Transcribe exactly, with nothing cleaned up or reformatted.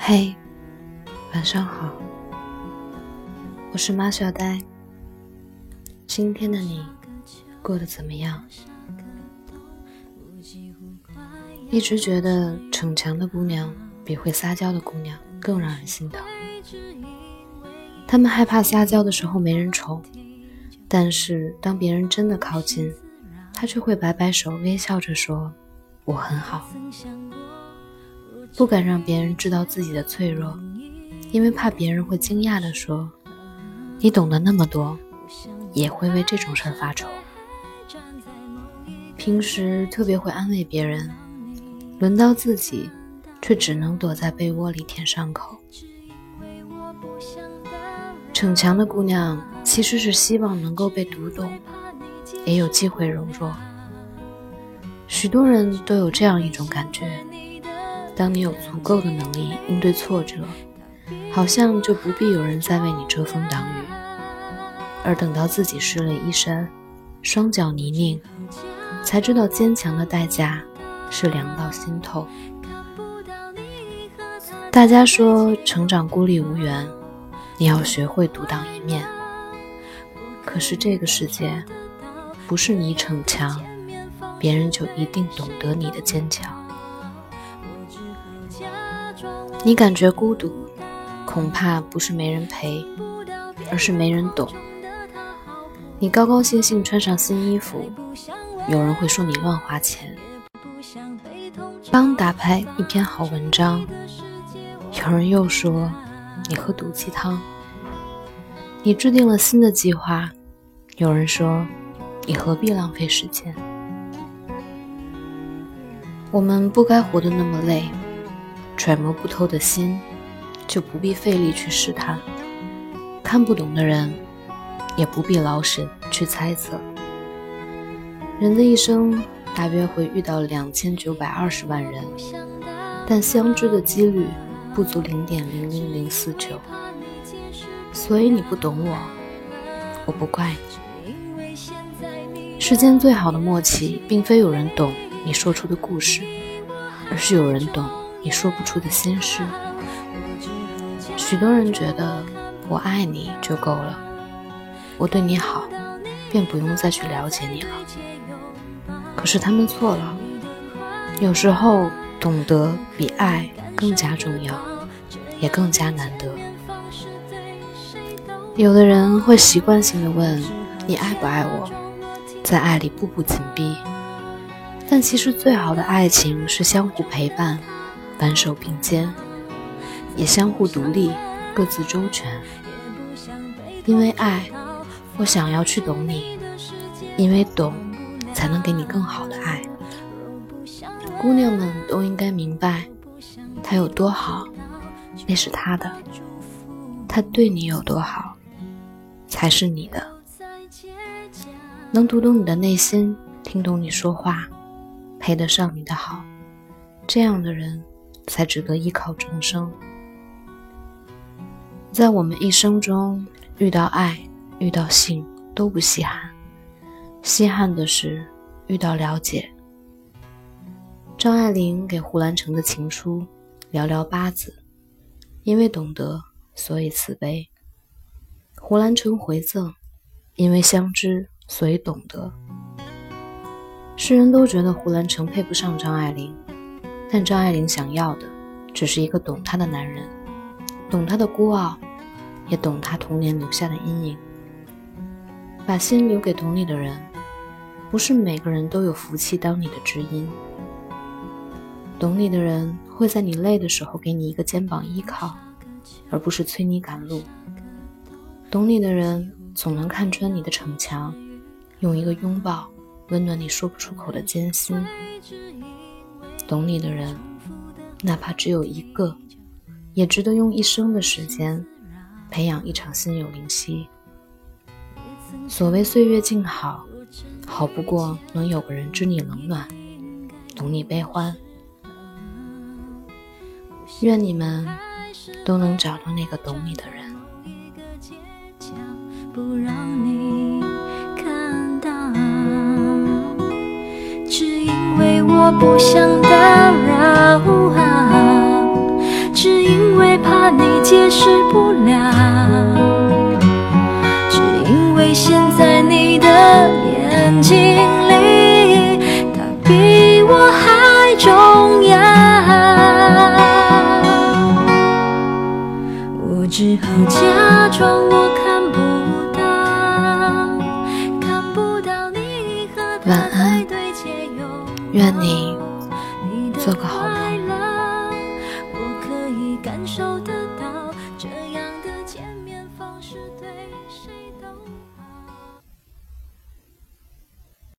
嘿，晚上好，我是马小呆。今天的你过得怎么样？一直觉得逞强的姑娘比会撒娇的姑娘更让人心疼。她们害怕撒娇的时候没人宠，但是当别人真的靠近，她却会摆摆手，微笑着说我很好。不敢让别人知道自己的脆弱，因为怕别人会惊讶地说，你懂得那么多，也会为这种事儿发愁。平时特别会安慰别人，轮到自己却只能躲在被窝里舔伤口。逞强的姑娘其实是希望能够被读懂，也有机会柔弱。许多人都有这样一种感觉，当你有足够的能力应对挫折，好像就不必有人再为你遮风挡雨，而等到自己湿了衣衫，双脚泥泞，才知道坚强的代价是凉到心透。大家说成长孤立无援，你要学会独当一面。可是这个世界不是你逞强，别人就一定懂得你的坚强。你感觉孤独，恐怕不是没人陪，而是没人懂。你高高兴兴穿上新衣服，有人会说你乱花钱。刚打开一篇好文章，有人又说你喝毒鸡汤。你制定了新的计划，有人说你何必浪费时间。我们不该活得那么累，揣摩不透的心就不必费力去试探，看不懂的人也不必劳神去猜测。人的一生大约会遇到两千九百二十万人，但相知的几率不足零点零零零四九。所以你不懂我，我不怪你。世间最好的默契，并非有人懂你说出的故事，而是有人懂你说不出的心事。许多人觉得我爱你就够了，我对你好，便不用再去了解你了。可是他们错了，有时候懂得比爱更加重要，也更加难得。有的人会习惯性地问你爱不爱我，在爱里步步紧逼。但其实最好的爱情是相互陪伴，挽手并肩，也相互独立，各自周全。因为爱，我想要去懂你，因为懂才能给你更好的爱。姑娘们都应该明白，他有多好，那是他的；他对你有多好，才是你的。能读懂你的内心，听懂你说话，配得上你的好，这样的人才值得依靠终生。在我们一生中，遇到爱，遇到性都不稀罕，稀罕的是遇到了解。张爱玲给胡兰成的情书寥寥八字，因为懂得，所以慈悲。胡兰成回赠，因为相知，所以懂得。世人都觉得胡兰成配不上张爱玲，但张爱玲想要的只是一个懂她的男人，懂她的孤傲，也懂她童年留下的阴影。把心留给懂你的人，不是每个人都有福气当你的知音。懂你的人会在你累的时候给你一个肩膀依靠，而不是催你赶路。懂你的人总能看穿你的逞强，用一个拥抱温暖你说不出口的艰辛。懂你的人哪怕只有一个，也值得用一生的时间培养一场心有灵犀。所谓岁月静好，好不过能有个人知你冷暖，懂你悲欢。愿你们都能找到那个懂你的人。 不让你看到，只因为我不想打扰，只因为解释不了，只因为现在你的眼睛里，他比我还重要。我只好假装我看不到，看不到你和他在对接， 愿你做个好人。